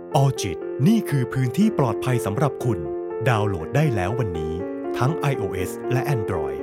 ออจิตนี่คือพื้นที่ปลอดภัยสำหรับคุณดาวน์โหลดได้แล้ววันนี้ทั้ง iOS และ Android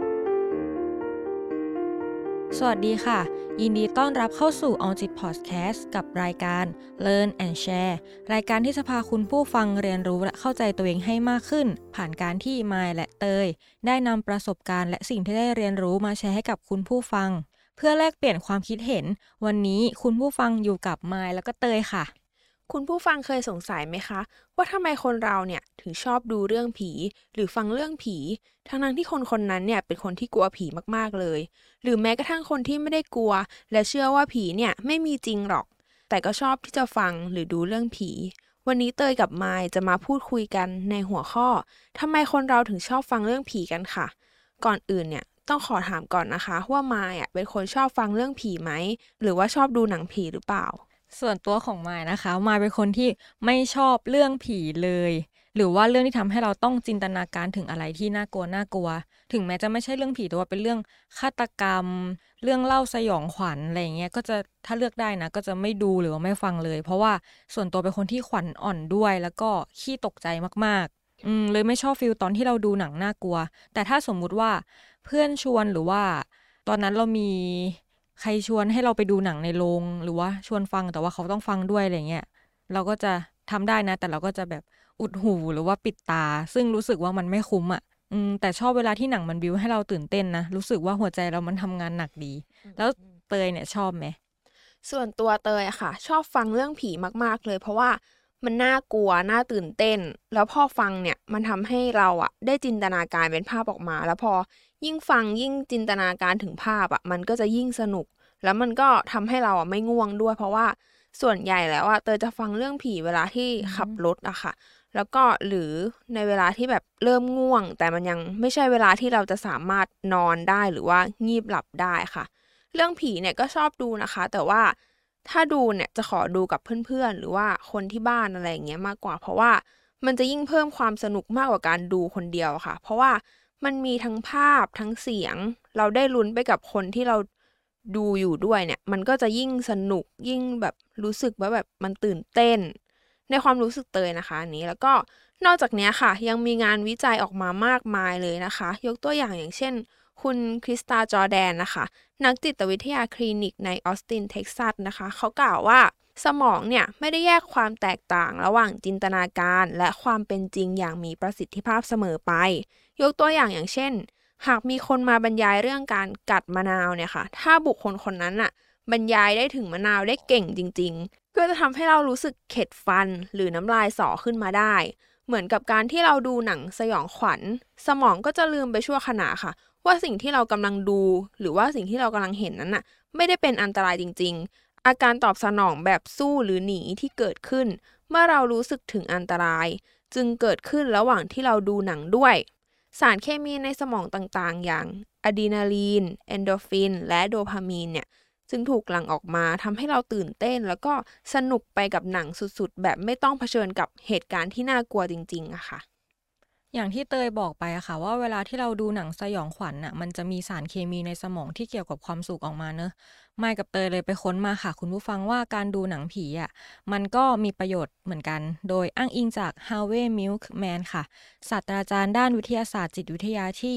สวัสดีค่ะยินดีต้อนรับเข้าสู่ All Jit Podcast กับรายการ Learn and Share รายการที่จะพาคุณผู้ฟังเรียนรู้และเข้าใจตัวเองให้มากขึ้นผ่านการที่มายและเตยได้นำประสบการณ์และสิ่งที่ได้เรียนรู้มาแชร์ให้กับคุณผู้ฟังเพื่อแลกเปลี่ยนความคิดเห็นวันนี้คุณผู้ฟังอยู่กับมายแล้วก็เตยค่ะคุณผู้ฟังเคยสงสัยไหมคะว่าทำไมคนเราเนี่ยถึงชอบดูเรื่องผีหรือฟังเรื่องผีทั้งที่คนคนนั้นเนี่ยเป็นคนที่กลัวผีมากๆเลยหรือแม้กระทั่งคนที่ไม่ได้กลัวและเชื่อว่าผีเนี่ยไม่มีจริงหรอกแต่ก็ชอบที่จะฟังหรือดูเรื่องผีวันนี้เตยกับมายจะมาพูดคุยกันในหัวข้อทำไมคนเราถึงชอบฟังเรื่องผีกันค่ะก่อนอื่นเนี่ยต้องขอถามก่อนนะคะว่ามายเป็นคนชอบฟังเรื่องผีไหมหรือว่าชอบดูหนังผีหรือเปล่าส่วนตัวของมายนะคะมายเป็นคนที่ไม่ชอบเรื่องผีเลยหรือว่าเรื่องที่ทำให้เราต้องจินตนาการถึงอะไรที่น่ากลัวถึงแม้จะไม่ใช่เรื่องผีแต่ว่าเป็นเรื่องฆาตกรรมเรื่องเล่าสยองขวัญอะไรอย่างเงี้ยก็จะถ้าเลือกได้นะก็จะไม่ดูหรือว่าไม่ฟังเลยเพราะว่าส่วนตัวเป็นคนที่ขวัญอ่อนด้วยแล้วก็ขี้ตกใจมากๆเลยไม่ชอบฟีลตอนที่เราดูหนังน่ากลัวแต่ถ้าสมมุติว่าเพื่อนชวนหรือว่าตอนนั้นเรามีใครชวนให้เราไปดูหนังในโรงหรือว่าชวนฟังแต่ว่าเขาต้องฟังด้วยอะไรเงี้ยเราก็จะทำได้นะแต่เราก็จะแบบอุดหูหรือว่าปิดตาซึ่งรู้สึกว่ามันไม่คุ้มแต่ชอบเวลาที่หนังมันบิ้วให้เราตื่นเต้นนะรู้สึกว่าหัวใจเรามันทำงานหนักดีแล้วเตยเนี่ยชอบไหมส่วนตัวเตยค่ะชอบฟังเรื่องผีมากๆเลยเพราะว่ามันน่ากลัวน่าตื่นเต้นแล้วพอฟังเนี่ยมันทำให้เราได้จินตนาการเป็นภาพออกมาแล้วพอยิ่งฟังยิ่งจินตนาการถึงภาพมันก็จะยิ่งสนุกแล้วมันก็ทำให้เราไม่ง่วงด้วยเพราะว่าส่วนใหญ่แล้วเตยจะฟังเรื่องผีเวลาที่ขับรถค่ะแล้วก็หรือในเวลาที่แบบเริ่มง่วงแต่มันยังไม่ใช่เวลาที่เราจะสามารถนอนได้หรือว่างีบหลับได้ค่ะเรื่องผีเนี่ยก็ชอบดูนะคะแต่ว่าถ้าดูเนี่ยจะขอดูกับเพื่อนๆหรือว่าคนที่บ้านอะไรอย่างเงี้ยมากกว่าเพราะว่ามันจะยิ่งเพิ่มความสนุกมากกว่าการดูคนเดียวค่ะเพราะว่ามันมีทั้งภาพทั้งเสียงเราได้ลุ้นไปกับคนที่เราดูอยู่ด้วยเนี่ยมันก็จะยิ่งสนุกยิ่งแบบรู้สึกว่าแบบมันตื่นเต้นในความรู้สึกเตยนะคะอันนี้แล้วก็นอกจากนี้ค่ะยังมีงานวิจัยออกมามากมายเลยนะคะยกตัวอย่างเช่นคุณคริสตาจอร์แดนนะคะนักจิตวิทยาคลินิกในออสตินเท็กซัสนะคะเขากล่าวว่าสมองเนี่ยไม่ได้แยกความแตกต่างระหว่างจินตนาการและความเป็นจริงอย่างมีประสิทธิภาพเสมอไปยกตัวอย่างเช่นหากมีคนมาบรรยายเรื่องการกัดมะนาวเนี่ยค่ะถ้าบุคคลคนนั้นบรรยายได้ถึงมะนาวได้เก่งจริงๆก็จะทำให้เรารู้สึกเข็ดฟันหรือน้ำลายสอขึ้นมาได้เหมือนกับการที่เราดูหนังสยองขวัญสมองก็จะลืมไปชั่วขณะค่ะว่าสิ่งที่เรากำลังดูหรือว่าสิ่งที่เรากำลังเห็นนั้นไม่ได้เป็นอันตรายจริงๆอาการตอบสนองแบบสู้หรือหนีที่เกิดขึ้นเมื่อเรารู้สึกถึงอันตรายจึงเกิดขึ้นระหว่างที่เราดูหนังด้วยสารเคมีในสมองต่างๆอย่างอะดรีนาลีนเอนโดรฟินและโดพามีนเนี่ยจึงถูกหลั่งออกมาทำให้เราตื่นเต้นแล้วก็สนุกไปกับหนังสุดๆแบบไม่ต้องเผชิญกับเหตุการณ์ที่น่ากลัวจริงๆค่ะอย่างที่เตยบอกไปค่ะว่าเวลาที่เราดูหนังสยองขวัญมันจะมีสารเคมีในสมองที่เกี่ยวกับความสุขออกมาเนอะไม่กับเตยเลยไปค้นมาค่ะคุณผู้ฟังว่าการดูหนังผีมันก็มีประโยชน์เหมือนกันโดยอ้างอิงจาก Harvey Milkman ค่ะศาสตราจารย์ด้านวิทยาศาสตร์จิตวิทยาที่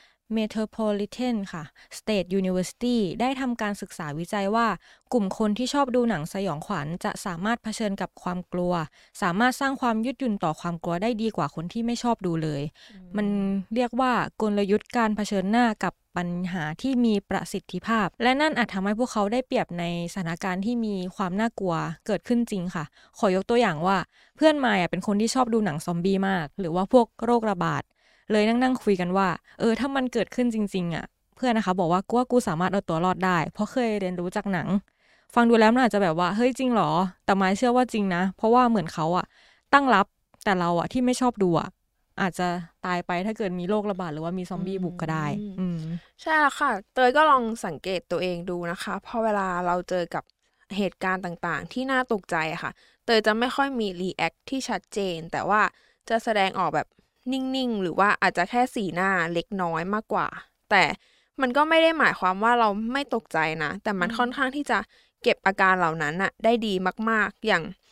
Metropolitan ค่ะ State University ได้ทำการศึกษาวิจัยว่ากลุ่มคนที่ชอบดูหนังสยองขวัญจะสามารถเผชิญกับความกลัวสามารถสร้างความยืดหยุ่นต่อความกลัวได้ดีกว่าคนที่ไม่ชอบดูเลยมันเรียกว่ากลยุทธ์การเผชิญหน้ากับปัญหาที่มีประสิทธิภาพและนั่นอาจทำให้พวกเขาได้เปรียบในสถานการณ์ที่มีความน่ากลัวเกิดขึ้นจริงค่ะขอยกตัวอย่างว่าเพื่อนมายเป็นคนที่ชอบดูหนังซอมบี้มากหรือว่าพวกโรคระบาดเลยนั่งคุยกันว่าถ้ามันเกิดขึ้นจริงๆเพื่อนนะคะบอกว่ากูสามารถเอาตัวรอดได้เพราะเคยเรียนรู้จากหนังฟังดูแล้วมันอาจจะแบบว่าเฮ้ยจริงเหรอแต่มายเชื่อว่าจริงนะเพราะว่าเหมือนเขาตั้งรับแต่เราที่ไม่ชอบดูอาจจะตายไปถ้าเกิดมีโรคระบาดหรือว่ามีซอมบี้บุกก็ได้ใช่แล้วค่ะเตยก็ลองสังเกตตัวเองดูนะคะพอเวลาเราเจอกับเหตุการณ์ต่างๆที่น่าตกใจค่ะเตยจะไม่ค่อยมีรีแอคที่ชัดเจนแต่ว่าจะแสดงออกแบบนิ่งๆหรือว่าอาจจะแค่สีหน้าเล็กน้อยมากกว่าแต่มันก็ไม่ได้หมายความว่าเราไม่ตกใจนะแต่มันค่อนข้างที่จะเก็บอาการเหล่านั้นได้ดีมากๆอย่าง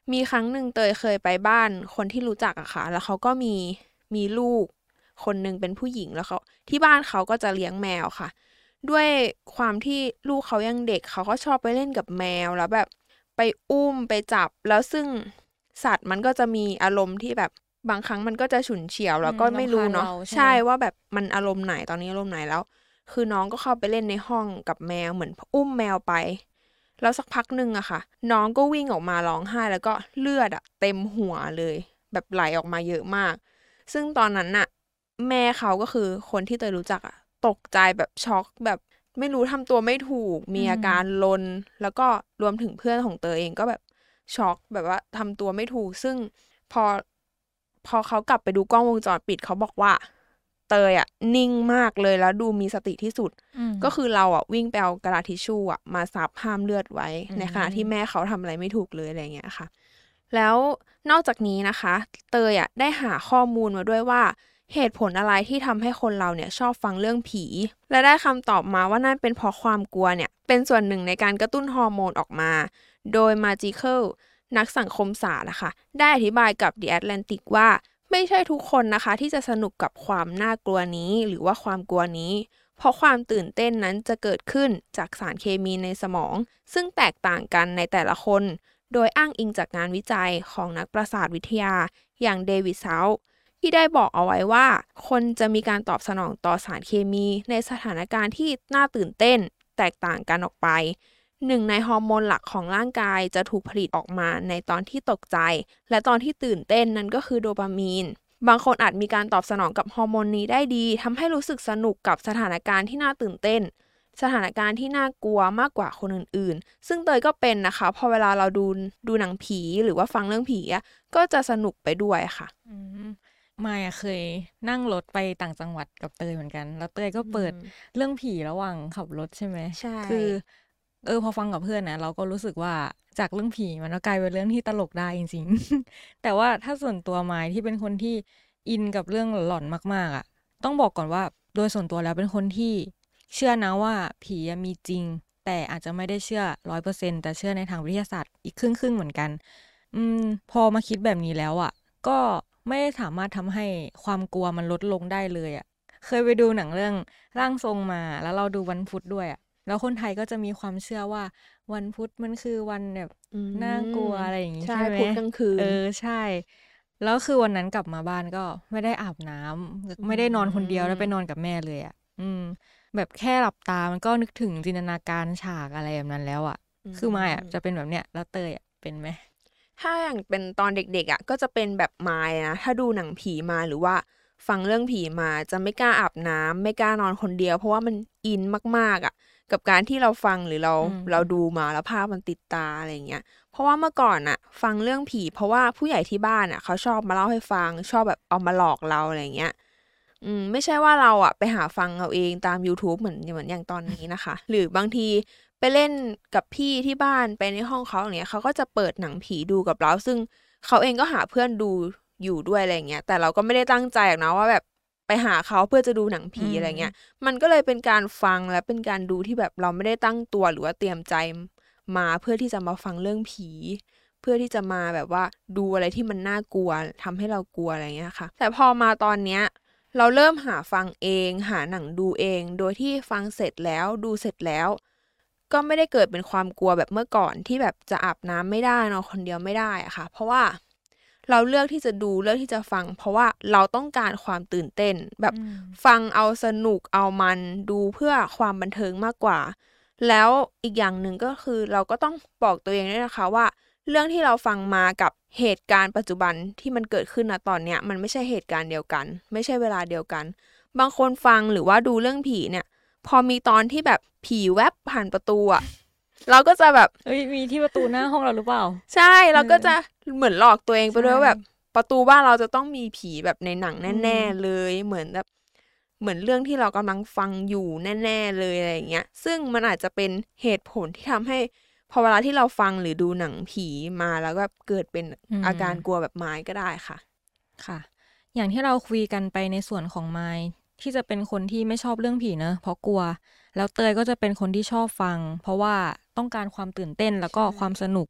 มีครั้งหนึ่งเตยเคยไปบ้านคนที่รู้จักอะค่ะแล้วเขาก็มีลูกคนหนึ่งเป็นผู้หญิงแล้วเขาที่บ้านเขาก็จะเลี้ยงแมวค่ะด้วยความที่ลูกเขายังเด็กเขาก็ชอบไปเล่นกับแมวแล้วแบบไปอุ้มไปจับแล้วซึ่งสัตว์มันก็จะมีอารมณ์ที่แบบบางครั้งมันก็จะฉุนเฉียวแล้วก็ไม่รู้เนาะใช่ว่าแบบมันอารมณ์ไหนตอนนี้อารมณ์ไหนแล้วคือน้องก็เข้าไปเล่นในห้องกับแมวเหมือนอุ้มแมวไปแล้วสักพักหนึ่งอะค่ะน้องก็วิ่งออกมาร้องไห้แล้วก็เลือดอะเต็มหัวเลยแบบไหลออกมาเยอะมากซึ่งตอนนั้นน่ะแม่เขาก็คือคนที่เตยรู้จักอะตกใจแบบช็อกแบบไม่รู้ทำตัวไม่ถูกมีอาการลนแล้วก็รวมถึงเพื่อนของเตยเองก็แบบช็อกแบบว่าทำตัวไม่ถูกซึ่งพอเขากลับไปดูกล้องวงจรปิดเขาบอกว่าเตยอะนิ่งมากเลยแล้วดูมีสติที่สุดก็คือเราอะวิ่งไปเอากระดาษทิชชู่อะมาซับห้ามเลือดไว้ในขณะที่แม่เขาทำอะไรไม่ถูกเลยอะไรเงี้ยค่ะแล้วนอกจากนี้นะคะเตยอะได้หาข้อมูลมาด้วยว่าเหตุผลอะไรที่ทำให้คนเราเนี่ยชอบฟังเรื่องผีและได้คำตอบมาว่านั่นเป็นเพราะความกลัวเนี่ยเป็นส่วนหนึ่งในการกระตุ้นฮอร์โมนออกมาโดยมาจิเคิลนักสังคมศาสตร์นะคะได้อธิบายกับ The Atlantic ว่าไม่ใช่ทุกคนนะคะที่จะสนุกกับความน่ากลัวนี้หรือว่าความกลัวนี้เพราะความตื่นเต้นนั้นจะเกิดขึ้นจากสารเคมีในสมองซึ่งแตกต่างกันในแต่ละคนโดยอ้างอิงจากงานวิจัยของนักประสาทวิทยาอย่างเดวิดเซาท์ที่ได้บอกเอาไว้ว่าคนจะมีการตอบสนองต่อสารเคมีในสถานการณ์ที่น่าตื่นเต้นแตกต่างกันออกไปหนึ่งในฮอร์โมนหลักของร่างกายจะถูกผลิตออกมาในตอนที่ตกใจและตอนที่ตื่นเต้นนั้นก็คือโดปามีนบางคนอาจมีการตอบสนองกับฮอร์โมนนี้ได้ดีทำให้รู้สึกสนุกกับสถานการณ์ที่น่าตื่นเต้นสถานการณ์ที่น่ากลัวมากกว่าคนอื่นๆซึ่งเตยก็เป็นนะคะพอเวลาเราดูหนังผีหรือว่าฟังเรื่องผีอ่ะก็จะสนุกไปด้วยค่ะมายเคยนั่งรถไปต่างจังหวัดกับเตยเหมือนกันแล้วเตยก็เปิดเรื่องผีระหว่างขับรถใช่ไหมใช่คือพอฟังกับเพื่อนนะเราก็รู้สึกว่าจากเรื่องผีมันก็กลายเป็นเรื่องที่ตลกได้จริงๆ แต่ว่าถ้าส่วนตัวมายที่เป็นคนที่อินกับเรื่องหลอนมากๆอ่ะต้องบอกก่อนว่าโดยส่วนตัวแล้วเป็นคนที่เชื่อนะว่าผีมีจริงแต่อาจจะไม่ได้เชื่อ 100% แต่เชื่อในทางวิทยาศาสตร์อีกครึ่งเหมือนกันพอมาคิดแบบนี้แล้วอ่ะก็ไม่ได้สามารถทำให้ความกลัวมันลดลงได้เลยอ่ะเคยไปดูหนังเรื่องร่างทรงมาแล้วเราดูวันพุธด้วยอ่ะแล้วคนไทยก็จะมีความเชื่อว่าวันพุธมันคือวันแบบน่ากลัวอะไรอย่างงี้ใช่ไหมพุธกลางคืนใช่แล้วคือวันนั้นกลับมาบ้านก็ไม่ได้อาบน้ำไม่ได้นอนคนเดียวแล้วไปนอนกับแม่เลยอ่ะแบบแค่หลับตามันก็นึกถึงจินตนาการฉากอะไรแบบนั้นแล้วอ่ะคือมายอ่ะจะเป็นแบบเนี้ยแล้วเตยอ่ะเป็นไหมถ้าอย่างเป็นตอนเด็กๆอ่ะก็จะเป็นแบบมายนะถ้าดูหนังผีมาหรือว่าฟังเรื่องผีมาจะไม่กล้าอาบน้ำไม่กล้านอนคนเดียวเพราะว่ามันอินมากๆอ่ะกับการที่เราฟังหรือเราดูมาแล้วภาพมันติดตาอะไรเงี้ยเพราะว่าเมื่อก่อนอ่ะฟังเรื่องผีเพราะว่าผู้ใหญ่ที่บ้านอ่ะเขาชอบมาเล่าให้ฟังชอบแบบเอามาหลอกเราอะไรเงี้ยไม่ใช่ว่าเราอ่ะไปหาฟังเอาเองตาม YouTube เหมือนอย่างตอนนี้นะคะ หรือบางทีไปเล่นกับพี่ที่บ้านไปในห้องเขาอย่างเงี้ยเขาก็จะเปิดหนังผีดูกับเราซึ่งเขาเองก็หาเพื่อนดูอยู่ด้วยอะไรเงี้ยแต่เราก็ไม่ได้ตั้งใจหรอกนะว่าแบบไปหาเขาเพื่อจะดูหนังผีอะไรเงี้ยมันก็เลยเป็นการฟังและเป็นการดูที่แบบเราไม่ได้ตั้งตัวหรือว่าเตรียมใจมาเพื่อที่จะมาฟังเรื่องผีเพื่อที่จะมาแบบว่าดูอะไรที่มันน่ากลัวทำให้เรากลัวอะไรเงี้ยค่ะแต่พอมาตอนเนี้ยเราเริ่มหาฟังเองหาหนังดูเองโดยที่ฟังเสร็จแล้วดูเสร็จแล้วก็ไม่ได้เกิดเป็นความกลัวแบบเมื่อก่อนที่แบบจะอาบน้ำไม่ได้นอนคนเดียวไม่ได้อะค่ะเพราะว่าเราเลือกที่จะดูเลือกที่จะฟังเพราะว่าเราต้องการความตื่นเต้นแบบฟังเอาสนุกเอามันดูเพื่อความบันเทิงมากกว่าแล้วอีกอย่างหนึ่งก็คือเราก็ต้องบอกตัวเองด้วยนะคะว่าเรื่องที่เราฟังมากับเหตุการณ์ปัจจุบันที่มันเกิดขึ้นนะตอนเนี้ยมันไม่ใช่เหตุการณ์เดียวกันไม่ใช่เวลาเดียวกันบางคนฟังหรือว่าดูเรื่องผีเนี่ยพอมีตอนที่แบบผีแวบผ่านประตูอ่ะเราก็จะแบบมีที่ประตูหน้าห้องเราหรือเปล่าใช่เราก็จะเหมือนหลอกตัวเองไปด้วยว่าแบบประตูบ้านเราจะต้องมีผีแบบในหนังแน่ๆเลยเหมือนแบบเหมือนเรื่องที่เรากำลังฟังอยู่แน่ๆเลยอะไรอย่างเงี้ยซึ่งมันอาจจะเป็นเหตุผลที่ทำให้พอเวลาที่เราฟังหรือดูหนังผีมาแล้วก็เกิดเป็นอาการกลัวแบบไม้ก็ได้ค่ะค่ะอย่างที่เราคุยกันไปในส่วนของไม้ที่จะเป็นคนที่ไม่ชอบเรื่องผีเนอะเพราะกลัวแล้วเตยก็จะเป็นคนที่ชอบฟังเพราะว่าต้องการความตื่นเต้นแล้วก็ความสนุก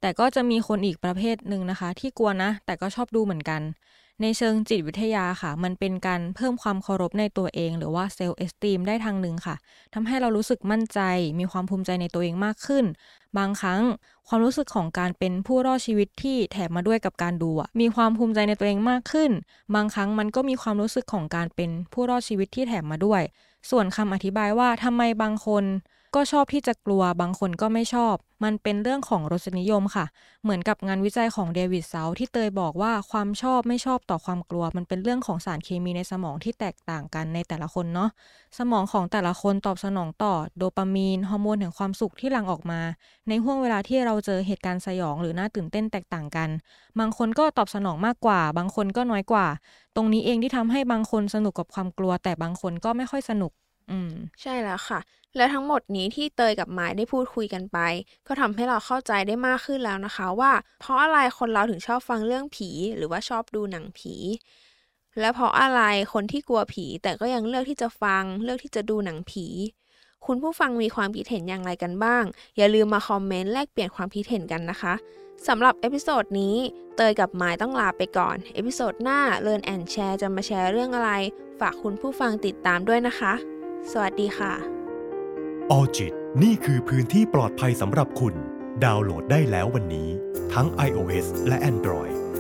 แต่ก็จะมีคนอีกประเภทหนึ่งนะคะที่กลัวนะแต่ก็ชอบดูเหมือนกันในเชิงจิตวิทยาค่ะมันเป็นการเพิ่มความเคารพในตัวเองหรือว่าเซลฟ์เอสตีมได้ทางหนึ่งค่ะทำให้เรารู้สึกมั่นใจมีความภูมิใจในตัวเองมากขึ้นบางครั้งความรู้สึกของการเป็นผู้รอดชีวิตที่แถมมาด้วยกับการดูมีความภูมิใจในตัวเองมากขึ้นบางครั้งมันก็มีความรู้สึกของการเป็นผู้รอดชีวิตที่แถมมาด้วยส่วนคำอธิบายว่าทำไมบางคนก็ชอบที่จะกลัวบางคนก็ไม่ชอบมันเป็นเรื่องของรสนิยมค่ะเหมือนกับงานวิจัยของเดวิดเซาที่เตยบอกว่าความชอบไม่ชอบต่อความกลัวมันเป็นเรื่องของสารเคมีในสมองที่แตกต่างกันในแต่ละคนเนาะสมองของแต่ละคนตอบสนองต่อโดปามีนฮอร์โมนแห่งความสุขที่หลั่งออกมาในห่วงเวลาที่เราเจอเหตุการณ์สยองหรือน่าตื่นเต้นแตกต่างกันบางคนก็ตอบสนองมากกว่าบางคนก็น้อยกว่าตรงนี้เองที่ทำให้บางคนสนุกกับความกลัวแต่บางคนก็ไม่ค่อยสนุกใช่แล้วค่ะและทั้งหมดนี้ที่เตยกับไม้ได้พูดคุยกันไปก็ทำให้เราเข้าใจได้มากขึ้นแล้วนะคะว่าเพราะอะไรคนเราถึงชอบฟังเรื่องผีหรือว่าชอบดูหนังผีและเพราะอะไรคนที่กลัวผีแต่ก็ยังเลือกที่จะฟังเลือกที่จะดูหนังผีคุณผู้ฟังมีความคิดเห็นอย่างไรกันบ้างอย่าลืมมาคอมเมนต์แลกเปลี่ยนความคิดเห็นกันนะคะสำหรับเอพิโซดนี้เตยกับไม้ต้องลาไปก่อนเอพิโซดหน้า Learn and Share จะมาแชร์เรื่องอะไรฝากคุณผู้ฟังติดตามด้วยนะคะสวัสดีค่ะออจิตนี่คือพื้นที่ปลอดภัยสำหรับคุณดาวน์โหลดได้แล้ววันนี้ทั้ง iOS และ Android